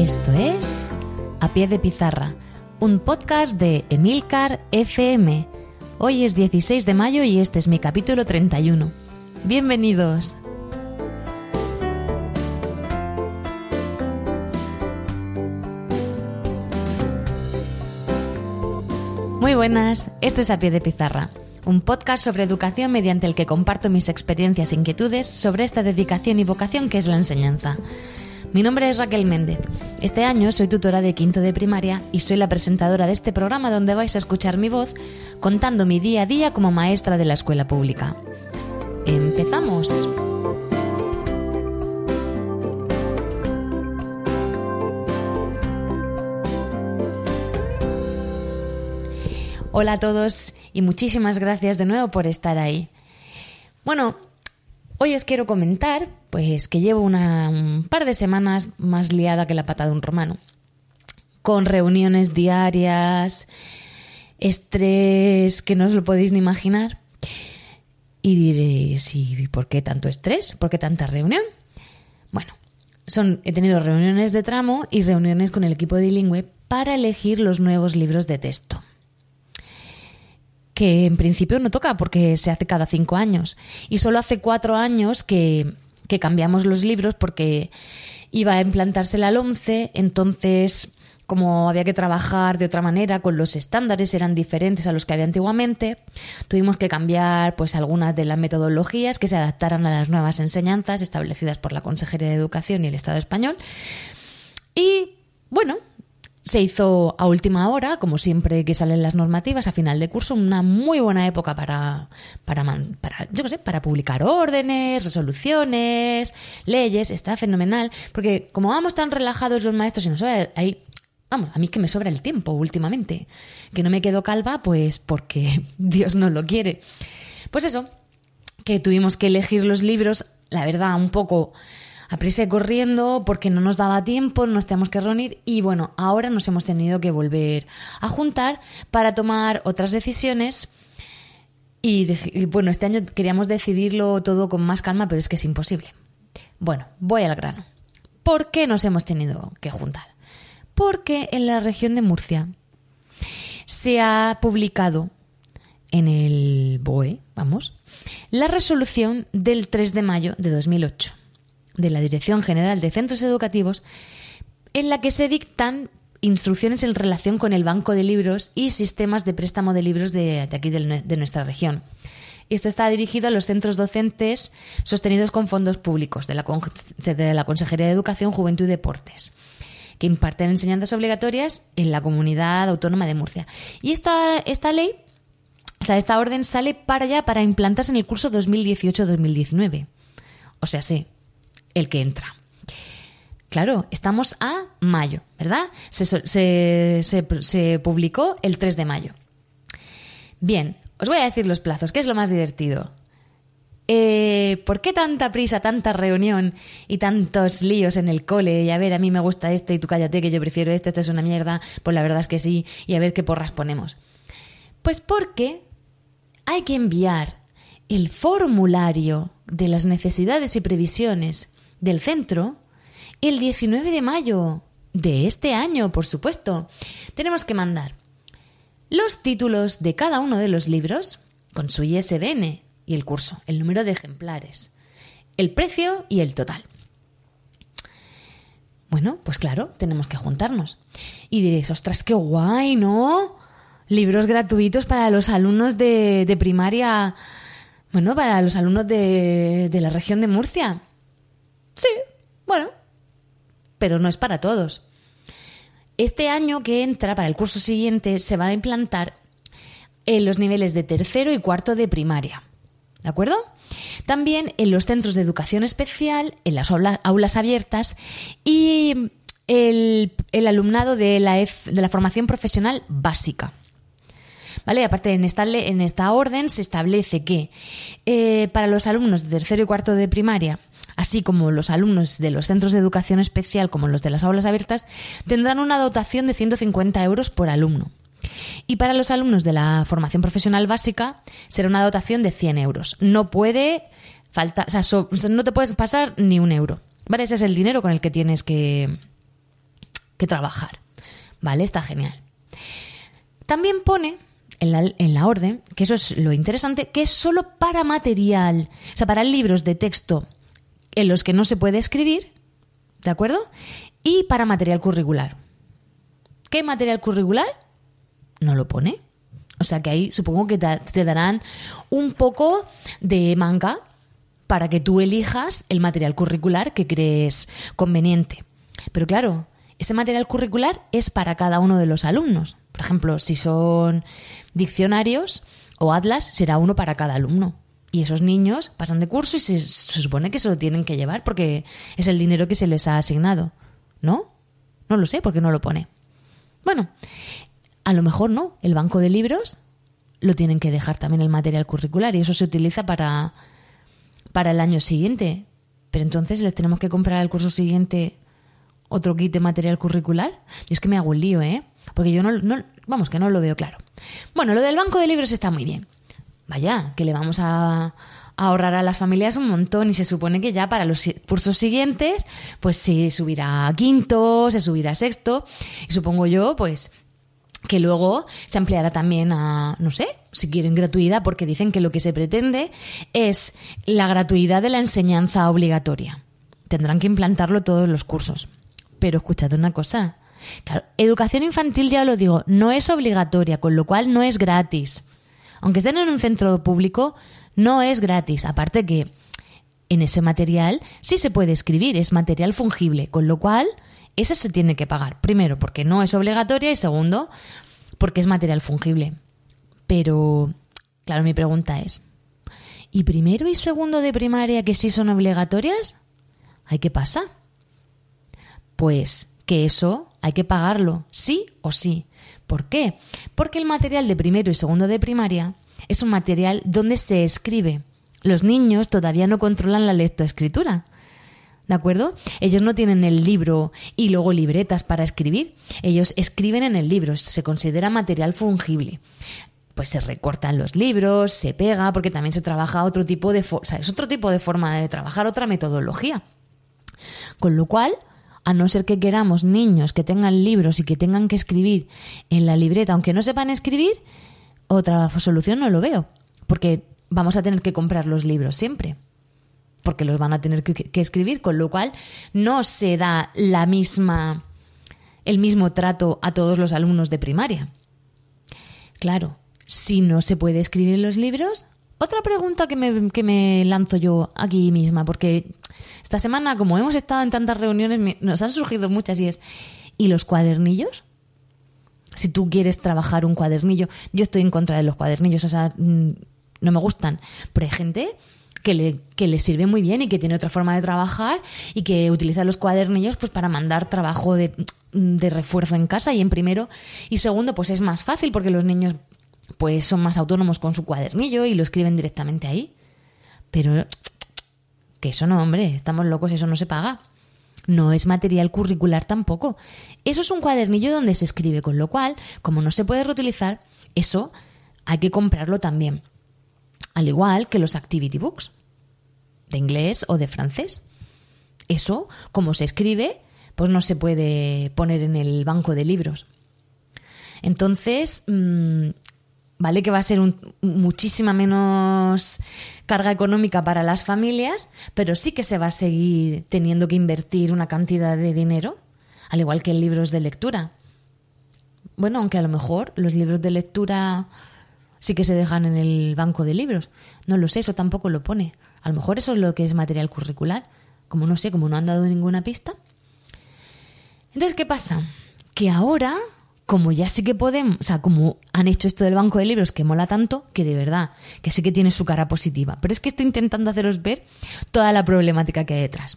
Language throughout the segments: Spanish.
Esto es A Pie de Pizarra, un podcast de Emilcar FM. Hoy es 16 de mayo y este es mi capítulo 31. ¡Bienvenidos! Muy buenas, esto es A Pie de Pizarra, un podcast sobre educación mediante el que comparto mis experiencias e inquietudes sobre esta dedicación y vocación que es la enseñanza. Mi nombre es Raquel Méndez. Este año soy tutora de quinto de primaria y soy la presentadora de este programa donde vais a escuchar mi voz contando mi día a día como maestra de la escuela pública. ¡Empezamos! Hola a todos y muchísimas gracias de nuevo por estar ahí. Bueno, hoy os quiero comentar pues que llevo un par de semanas más liada que la pata de un romano, con reuniones diarias, estrés que no os lo podéis ni imaginar. Y diréis, ¿y por qué tanto estrés? ¿Por qué tanta reunión? Bueno, he tenido reuniones de tramo y reuniones con el equipo bilingüe para elegir los nuevos libros de texto, que en principio no toca porque se hace cada 5 años. Y solo hace 4 años que cambiamos los libros porque iba a implantarse la LOMCE, entonces como había que trabajar de otra manera, con los estándares eran diferentes a los que había antiguamente, tuvimos que cambiar pues algunas de las metodologías que se adaptaran a las nuevas enseñanzas establecidas por la Consejería de Educación y el Estado español. Y bueno, se hizo a última hora, como siempre que salen las normativas a final de curso, una muy buena época para publicar órdenes, resoluciones, leyes. Está fenomenal, porque como vamos tan relajados los maestros y nos sobra ahí, vamos, a mí que me sobra el tiempo últimamente, que no me quedo calva, pues porque Dios no lo quiere. Pues eso, que tuvimos que elegir los libros, la verdad, un poco a prisa y corriendo porque no nos daba tiempo, nos teníamos que reunir y bueno, ahora nos hemos tenido que volver a juntar para tomar otras decisiones y bueno, este año queríamos decidirlo todo con más calma, pero es que es imposible. Bueno, voy al grano. ¿Por qué nos hemos tenido que juntar? Porque en la región de Murcia se ha publicado en el BOE, la resolución del 3 de mayo de 2008. De la Dirección General de Centros Educativos, en la que se dictan instrucciones en relación con el banco de libros y sistemas de préstamo de libros de aquí de nuestra región. Esto está dirigido a los centros docentes sostenidos con fondos públicos de la Consejería de Educación, Juventud y Deportes, que imparten enseñanzas obligatorias en la Comunidad Autónoma de Murcia. Y esta ley, esta orden sale para implantarse en el curso 2018-2019. O sea, sí, el que entra. Claro, estamos a mayo, ¿verdad? Se publicó el 3 de mayo. Bien, os voy a decir los plazos, que es lo más divertido. ¿Por qué tanta prisa, tanta reunión y tantos líos en el cole? Y a ver, a mí me gusta este y tú cállate que yo prefiero este es una mierda. Pues la verdad es que sí, y a ver qué porras ponemos. Pues porque hay que enviar el formulario de las necesidades y previsiones del centro el 19 de mayo de este año, por supuesto. Tenemos que mandar los títulos de cada uno de los libros con su ISBN y el curso, el número de ejemplares, el precio y el total. Bueno, pues claro, tenemos que juntarnos. Y diréis, ostras, qué guay, ¿no? Libros gratuitos para los alumnos de primaria, bueno, para los alumnos de la región de Murcia. Sí, bueno, pero no es para todos. Este año que entra, para el curso siguiente, se van a implantar en los niveles de tercero y cuarto de primaria. ¿De acuerdo? También en los centros de educación especial, en las aulas abiertas y el alumnado de la formación profesional básica. ¿Vale? Aparte, en esta orden se establece que para los alumnos de tercero y cuarto de primaria, así como los alumnos de los centros de educación especial, como los de las aulas abiertas, tendrán una dotación de 150 euros por alumno. Y para los alumnos de la formación profesional básica será una dotación de 100 euros. No puede faltar, no te puedes pasar ni un euro. ¿Vale? Ese es el dinero con el que tienes que que trabajar. ¿Vale? Está genial. También pone en la orden, que eso es lo interesante, que es solo para material, o sea, para libros de texto en los que no se puede escribir, ¿de acuerdo? Y para material curricular. ¿Qué material curricular? No lo pone. O sea que ahí supongo que te darán un poco de manga para que tú elijas el material curricular que crees conveniente. Pero claro, ese material curricular es para cada uno de los alumnos. Por ejemplo, si son diccionarios o atlas, será uno para cada alumno. Y esos niños pasan de curso y se supone que se lo tienen que llevar porque es el dinero que se les ha asignado. ¿No? No lo sé, porque no lo pone. Bueno, a lo mejor no. El banco de libros lo tienen que dejar también el material curricular y eso se utiliza para el año siguiente. Pero entonces les tenemos que comprar al curso siguiente otro kit de material curricular. Y es que me hago un lío, ¿eh? Porque yo vamos, que no lo veo claro. Bueno, lo del banco de libros está muy bien. Vaya, que le vamos a ahorrar a las familias un montón y se supone que ya para los cursos siguientes pues se subirá a quinto, se subirá a sexto y supongo yo pues que luego se ampliará también a, no sé, si quieren gratuidad, porque dicen que lo que se pretende es la gratuidad de la enseñanza obligatoria. Tendrán que implantarlo todos los cursos. Pero escuchad una cosa, claro, educación infantil, ya lo digo, no es obligatoria, con lo cual no es gratis. Aunque estén en un centro público, no es gratis. Aparte que en ese material sí se puede escribir, es material fungible, con lo cual eso se tiene que pagar. Primero, porque no es obligatoria y segundo, porque es material fungible. Pero, claro, mi pregunta es, ¿y primero y segundo de primaria que sí son obligatorias? ¿Ay, qué pasa? Pues que eso hay que pagarlo, sí o sí. ¿Por qué? Porque el material de primero y segundo de primaria es un material donde se escribe. Los niños todavía no controlan la lectoescritura, ¿de acuerdo? Ellos no tienen el libro y luego libretas para escribir. Ellos escriben en el libro, se considera material fungible. Pues se recortan los libros, se pega, porque también se trabaja otro tipo de es otro tipo de forma de trabajar, otra metodología. Con lo cual, a no ser que queramos niños que tengan libros y que tengan que escribir en la libreta, aunque no sepan escribir, otra solución no lo veo. Porque vamos a tener que comprar los libros siempre. Porque los van a tener que escribir, con lo cual no se da el mismo trato a todos los alumnos de primaria. Claro, si no se puede escribir en los libros, otra pregunta que me lanzo yo aquí misma, porque esta semana, como hemos estado en tantas reuniones, nos han surgido muchas y es, ¿y los cuadernillos? Si tú quieres trabajar un cuadernillo, yo estoy en contra de los cuadernillos, o sea, no me gustan, pero hay gente que le sirve muy bien y que tiene otra forma de trabajar y que utiliza los cuadernillos pues para mandar trabajo de refuerzo en casa y en primero y segundo pues es más fácil porque los niños pues son más autónomos con su cuadernillo y lo escriben directamente ahí. Pero que eso no, hombre, estamos locos, eso no se paga. No es material curricular tampoco. Eso es un cuadernillo donde se escribe, con lo cual, como no se puede reutilizar, eso hay que comprarlo también. Al igual que los activity books, de inglés o de francés. Eso, como se escribe, pues no se puede poner en el banco de libros. Entonces, vale que va a ser muchísima menos carga económica para las familias, pero sí que se va a seguir teniendo que invertir una cantidad de dinero, al igual que en libros de lectura. Bueno, aunque a lo mejor los libros de lectura sí que se dejan en el banco de libros. No lo sé, eso tampoco lo pone. A lo mejor eso es lo que es material curricular. Como no sé, como no han dado ninguna pista. Entonces, ¿qué pasa? Que ahora, como ya sí que podemos, o sea, como han hecho esto del banco de libros que mola tanto, que de verdad, que sí que tiene su cara positiva. Pero es que estoy intentando haceros ver toda la problemática que hay detrás.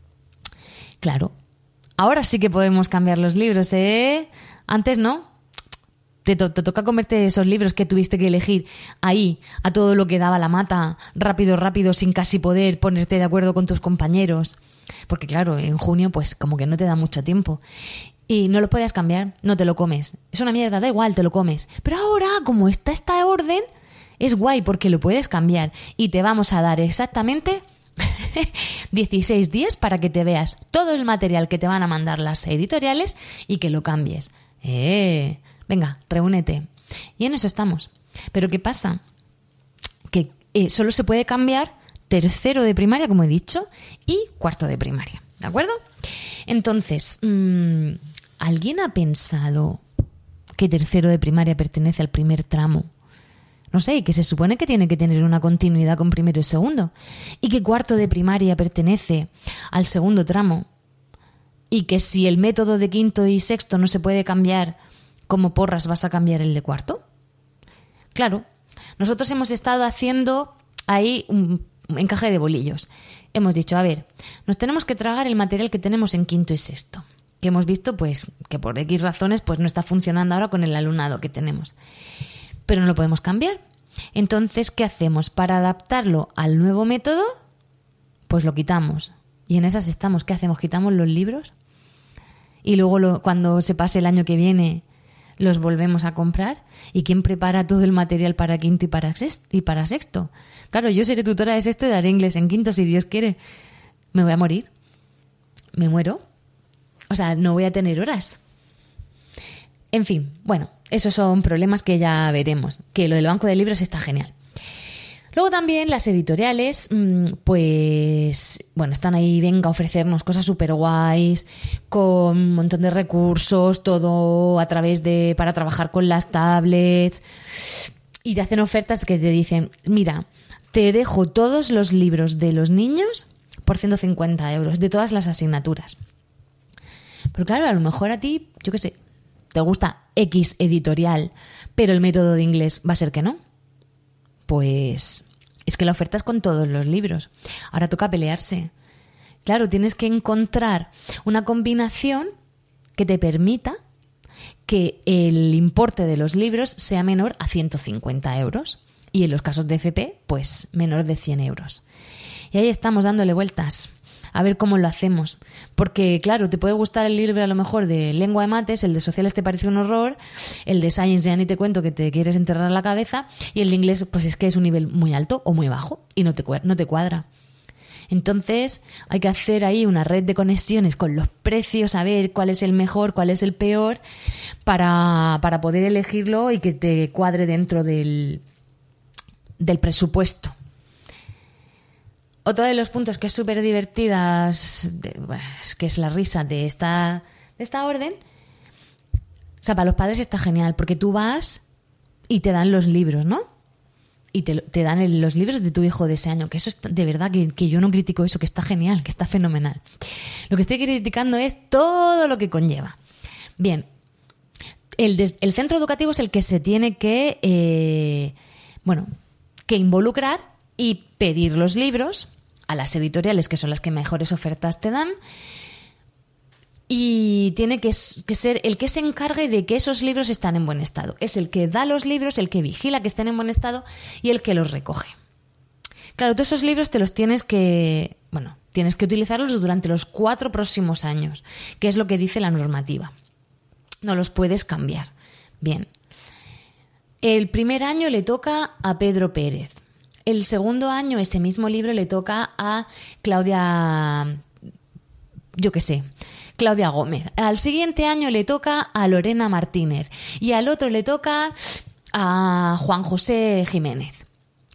Claro, ahora sí que podemos cambiar los libros, ¿eh? Antes no. Te toca comerte esos libros que tuviste que elegir ahí, a todo lo que daba la mata, rápido, sin casi poder ponerte de acuerdo con tus compañeros. Porque claro, en junio pues como que no te da mucho tiempo. Y no lo podías cambiar, no te lo comes. Es una mierda, da igual, te lo comes. Pero ahora, como está esta orden, es guay porque lo puedes cambiar. Y te vamos a dar exactamente 16 días para que te veas todo el material que te van a mandar las editoriales y que lo cambies. Venga, reúnete. Y en eso estamos. Pero ¿qué pasa? Que solo se puede cambiar tercero de primaria, como he dicho, y cuarto de primaria. ¿De acuerdo? Entonces, ¿alguien ha pensado que tercero de primaria pertenece al primer tramo? No sé, que se supone que tiene que tener una continuidad con primero y segundo. Y que cuarto de primaria pertenece al segundo tramo. Y que si el método de quinto y sexto no se puede cambiar, ¿cómo porras vas a cambiar el de cuarto? Claro, nosotros hemos estado haciendo ahí un encaje de bolillos. Hemos dicho, a ver, nos tenemos que tragar el material que tenemos en quinto y sexto, que hemos visto pues que por X razones pues no está funcionando ahora con el alumnado que tenemos. Pero no lo podemos cambiar. Entonces, ¿qué hacemos? Para adaptarlo al nuevo método, pues lo quitamos. Y en esas estamos. ¿Qué hacemos? ¿Quitamos los libros? Y luego cuando se pase el año que viene los volvemos a comprar. ¿Y quién prepara todo el material para quinto y para sexto? Claro, yo seré tutora de sexto y daré inglés en quinto si Dios quiere. Me voy a morir. Me muero. O sea, no voy a tener horas. En fin, bueno, esos son problemas que ya veremos. Que lo del banco de libros está genial. Luego también las editoriales, pues, bueno, están ahí, venga, a ofrecernos cosas súper guays, con un montón de recursos, todo a través para trabajar con las tablets. Y te hacen ofertas que te dicen, mira, te dejo todos los libros de los niños por 150 euros, de todas las asignaturas. Pero claro, a lo mejor a ti, yo qué sé, te gusta X editorial, pero el método de inglés va a ser que no. Pues es que la oferta es con todos los libros. Ahora toca pelearse. Claro, tienes que encontrar una combinación que te permita que el importe de los libros sea menor a 150 euros y en los casos de FP, pues menor de 100 euros. Y ahí estamos dándole vueltas a ver cómo lo hacemos. Porque, claro, te puede gustar el libro a lo mejor de lengua de mates, el de sociales te parece un horror, el de science ya ni te cuento que te quieres enterrar la cabeza, y el de inglés pues es que es un nivel muy alto o muy bajo y no te cuadra. Entonces hay que hacer ahí una red de conexiones con los precios, a ver cuál es el mejor, cuál es el peor, para poder elegirlo y que te cuadre dentro del presupuesto. Otro de los puntos que es súper divertida es que es la risa de esta orden. O sea, para los padres está genial porque tú vas y te dan los libros, ¿no? Y te dan los libros de tu hijo de ese año, que eso es de verdad que yo no critico eso, que está genial, que está fenomenal. Lo que estoy criticando es todo lo que conlleva. Bien, el centro educativo es el que se tiene que involucrar y pedir los libros a las editoriales, que son las que mejores ofertas te dan, y tiene que ser el que se encargue de que esos libros están en buen estado. Es el que da los libros, el que vigila que estén en buen estado y el que los recoge. Claro, todos esos libros te los tienes que utilizarlos durante los 4 próximos años, que es lo que dice la normativa. No los puedes cambiar. Bien. El primer año le toca a Pedro Pérez. El segundo año, ese mismo libro le toca a Claudia Gómez. Al siguiente año le toca a Lorena Martínez. Y al otro le toca a Juan José Jiménez.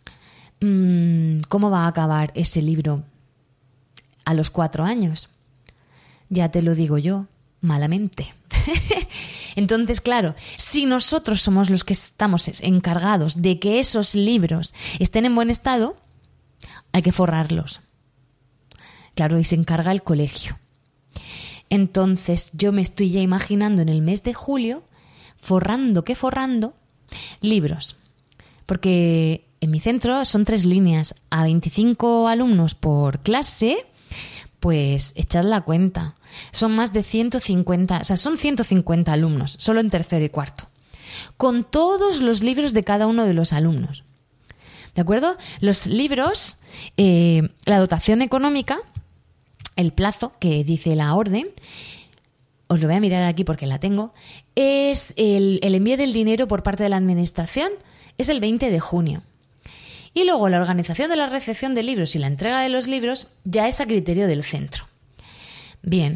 ¿Cómo va a acabar ese libro a los 4 años? Ya te lo digo yo, malamente. Entonces, claro, si nosotros somos los que estamos encargados de que esos libros estén en buen estado, hay que forrarlos. Claro, y se encarga el colegio. Entonces, yo me estoy ya imaginando en el mes de julio forrando libros. Porque en mi centro son 3 líneas a 25 alumnos por clase, pues echad la cuenta. Son más de 150, o sea, son 150 alumnos, solo en tercero y cuarto, con todos los libros de cada uno de los alumnos. ¿De acuerdo? Los libros, la dotación económica, el plazo que dice la orden, os lo voy a mirar aquí porque la tengo, es el envío del dinero por parte de la administración, es el 20 de junio. Y luego la organización de la recepción de libros y la entrega de los libros ya es a criterio del centro. Bien,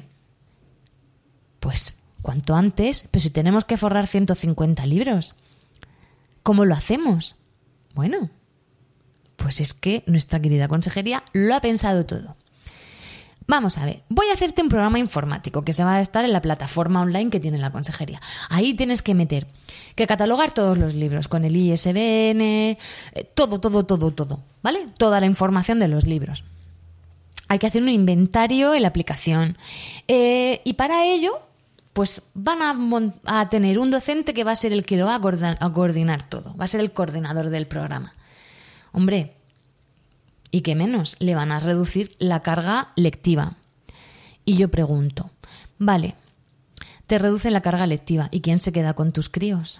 pues cuanto antes, pero si tenemos que forrar 150 libros, ¿cómo lo hacemos? Bueno, pues es que nuestra querida consejería lo ha pensado todo. Vamos a ver, voy a hacerte un programa informático que se va a estar en la plataforma online que tiene la consejería. Ahí tienes que meter, que catalogar todos los libros con el ISBN, todo, ¿vale? Toda la información de los libros. Hay que hacer un inventario en la aplicación. Y para ello, pues van a tener un docente que va a ser el que lo va a coordinar todo. Va a ser el coordinador del programa. Hombre, y qué menos, le van a reducir la carga lectiva. Y yo pregunto, vale, te reducen la carga lectiva, ¿y quién se queda con tus críos?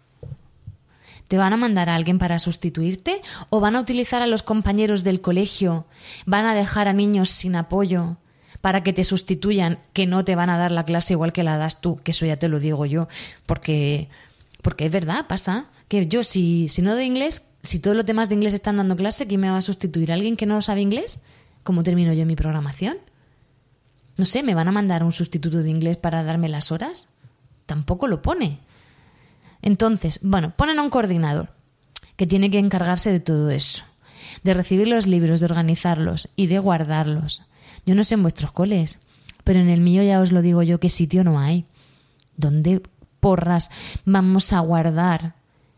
¿Te van a mandar a alguien para sustituirte? ¿O van a utilizar a los compañeros del colegio? ¿Van a dejar a niños sin apoyo para que te sustituyan, que no te van a dar la clase igual que la das tú? Que eso ya te lo digo yo, porque es verdad, pasa que yo si no doy inglés, si todos los demás de inglés están dando clase, ¿quién me va a sustituir? ¿Alguien que no sabe inglés? ¿Cómo termino yo mi programación? No sé, ¿me van a mandar un sustituto de inglés para darme las horas? Tampoco lo pone. Entonces, bueno, ponen a un coordinador que tiene que encargarse de todo eso, de recibir los libros, de organizarlos y de guardarlos. Yo no sé en vuestros coles, pero en el mío ya os lo digo yo, qué sitio no hay. ¿Dónde porras vamos a guardar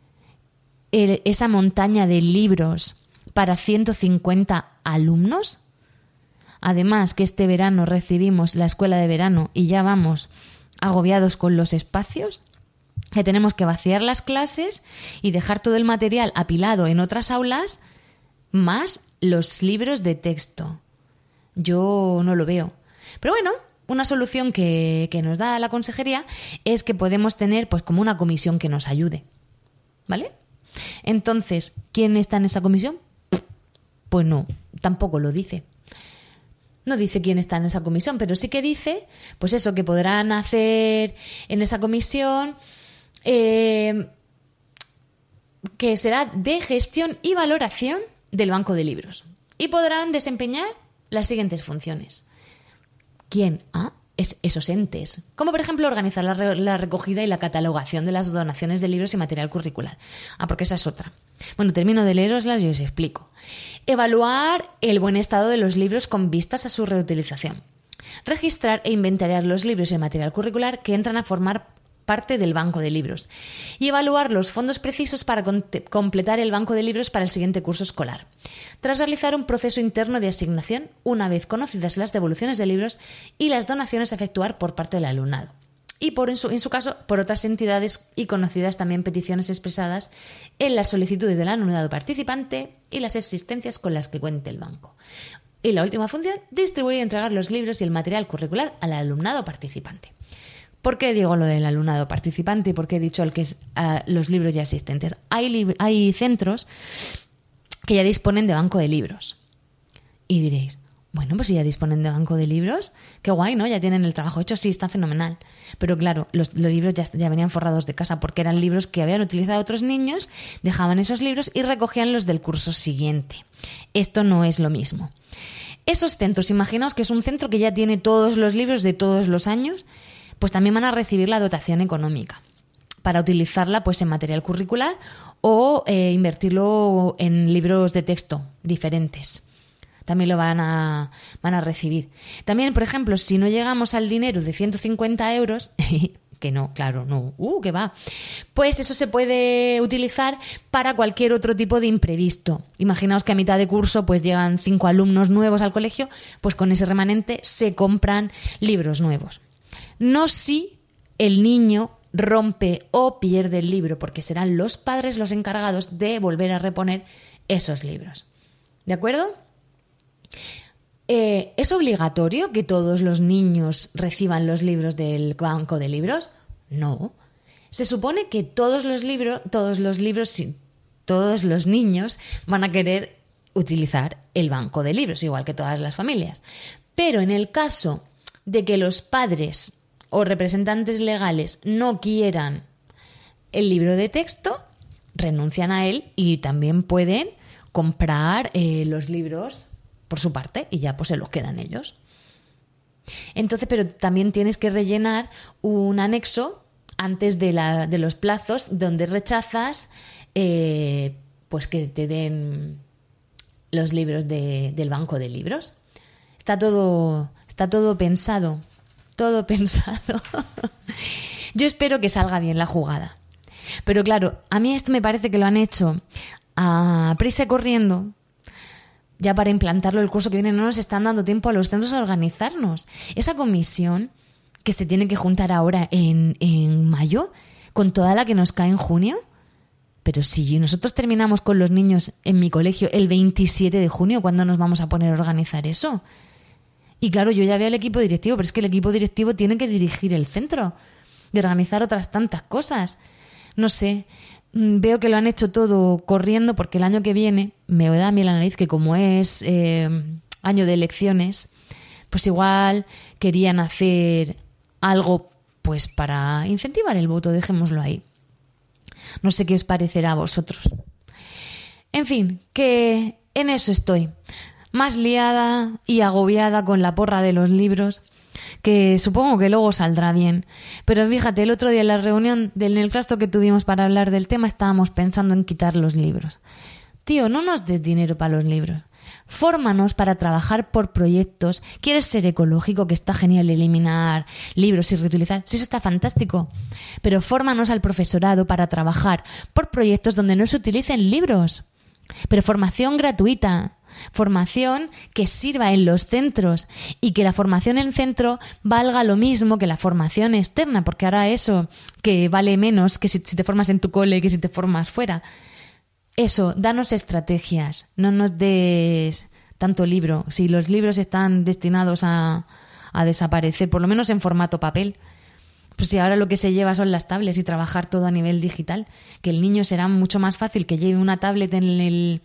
esa montaña de libros para 150 alumnos? Además que este verano recibimos la escuela de verano y ya vamos agobiados con los espacios, que tenemos que vaciar las clases y dejar todo el material apilado en otras aulas, más los libros de texto. Yo no lo veo. Pero bueno, una solución que nos da la consejería es que podemos tener pues como una comisión que nos ayude, ¿vale? Entonces, ¿quién está en esa comisión? Pues no, tampoco lo dice. No dice quién está en esa comisión, pero sí que dice, pues eso, que podrán hacer en esa comisión que será de gestión y valoración del banco de libros. Y podrán desempeñar las siguientes funciones. ¿Quién? Es esos entes. Como por ejemplo organizar la recogida y la catalogación de las donaciones de libros y material curricular. Porque esa es otra. Bueno, termino de leeroslas y os explico. Evaluar el buen estado de los libros con vistas a su reutilización. Registrar e inventariar los libros y el material curricular que entran a formar parte del banco de libros. Y evaluar los fondos precisos para completar el banco de libros para el siguiente curso escolar. Tras realizar un proceso interno de asignación, una vez conocidas las devoluciones de libros y las donaciones a efectuar por parte del alumnado. Y en su caso, por otras entidades y conocidas también peticiones expresadas en las solicitudes del alumnado participante y las existencias con las que cuente el banco. Y la última función, distribuir y entregar los libros y el material curricular al alumnado participante. ¿Por qué digo lo del alumnado participante y por qué he dicho los libros ya existentes? Hay centros que ya disponen de banco de libros. Y diréis, bueno, pues si ya disponen de banco de libros, qué guay, ¿no? Ya tienen el trabajo hecho, sí, está fenomenal. Pero claro, los libros ya venían forrados de casa porque eran libros que habían utilizado otros niños, dejaban esos libros y recogían los del curso siguiente. Esto no es lo mismo. Esos centros, imaginaos que es un centro que ya tiene todos los libros de todos los años, pues también van a recibir la dotación económica para utilizarla pues en material curricular o invertirlo en libros de texto diferentes. También lo van a recibir. También, por ejemplo, si no llegamos al dinero de 150 euros, que no, claro, no, que va, pues eso se puede utilizar para cualquier otro tipo de imprevisto. Imaginaos que a mitad de curso pues llegan 5 alumnos nuevos al colegio, pues con ese remanente se compran libros nuevos. No si el niño rompe o pierde el libro, porque serán los padres los encargados de volver a reponer esos libros. ¿De acuerdo? ¿Es obligatorio que todos los niños reciban los libros del banco de libros? No. Se supone que todos los niños van a querer utilizar el banco de libros, igual que todas las familias. Pero en el caso de que los padres o representantes legales no quieran el libro de texto, renuncian a él y también pueden comprar los libros por su parte y ya pues se los quedan ellos. Entonces, pero también tienes que rellenar un anexo antes de los plazos donde rechazas pues que te den los libros del banco de libros. Está todo pensado, todo pensado. Yo espero que salga bien la jugada. Pero claro, a mí esto me parece que lo han hecho a prisa y corriendo. Ya para implantarlo el curso que viene no nos están dando tiempo a los centros a organizarnos. Esa comisión que se tiene que juntar ahora en mayo, con toda la que nos cae en junio. Pero si nosotros terminamos con los niños en mi colegio el 27 de junio, ¿cuándo nos vamos a poner a organizar eso? Y claro, yo ya veo al equipo directivo, pero es que el equipo directivo tiene que dirigir el centro y organizar otras tantas cosas. No sé, veo que lo han hecho todo corriendo porque el año que viene me da a mí la nariz que como es año de elecciones, pues igual querían hacer algo pues para incentivar el voto, dejémoslo ahí. No sé qué os parecerá a vosotros. En fin, que en eso estoy. Más liada y agobiada con la porra de los libros, que supongo que luego saldrá bien. Pero fíjate, el otro día en la reunión en el claustro que tuvimos para hablar del tema estábamos pensando en quitar los libros. Tío, no nos des dinero para los libros. Fórmanos para trabajar por proyectos. ¿Quieres ser ecológico? Que está genial eliminar libros y reutilizar. Sí, eso está fantástico. Pero fórmanos al profesorado para trabajar por proyectos donde no se utilicen libros. Pero formación gratuita. Formación que sirva en los centros y que la formación en centro valga lo mismo que la formación externa, porque ahora eso que vale menos que si te formas en tu cole que si te formas fuera. Eso, danos estrategias, no nos des tanto libro. Si los libros están destinados a desaparecer, por lo menos en formato papel, pues si ahora lo que se lleva son las tablets y trabajar todo a nivel digital, que el niño será mucho más fácil que lleve una tablet en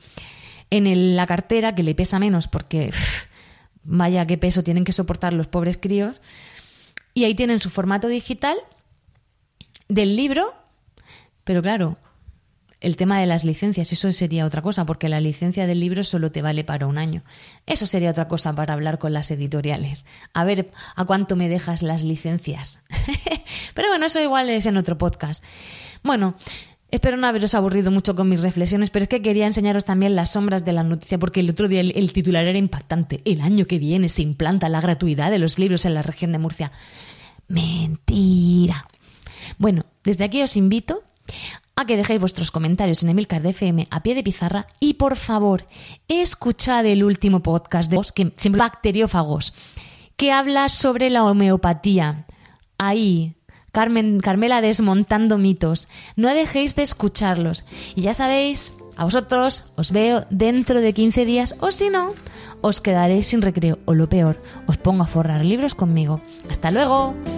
la cartera, que le pesa menos porque vaya qué peso tienen que soportar los pobres críos, y ahí tienen su formato digital del libro, pero claro, el tema de las licencias, eso sería otra cosa, porque la licencia del libro solo te vale para un año. Eso sería otra cosa para hablar con las editoriales. A ver a cuánto me dejas las licencias. Pero bueno, eso igual es en otro podcast. Bueno, espero no haberos aburrido mucho con mis reflexiones, pero es que quería enseñaros también las sombras de la noticia, porque el otro día el titular era impactante. El año que viene se implanta la gratuidad de los libros en la región de Murcia. Mentira. Bueno, desde aquí os invito a que dejéis vuestros comentarios en Emilcar FM a pie de pizarra y, por favor, escuchad el último podcast de que siempre bacteriófagos, que habla sobre la homeopatía. Ahí, Carmela desmontando mitos. No dejéis de escucharlos. Y ya sabéis, a vosotros os veo dentro de 15 días, o si no, os quedaréis sin recreo, o lo peor, os pongo a forrar libros conmigo. ¡Hasta luego!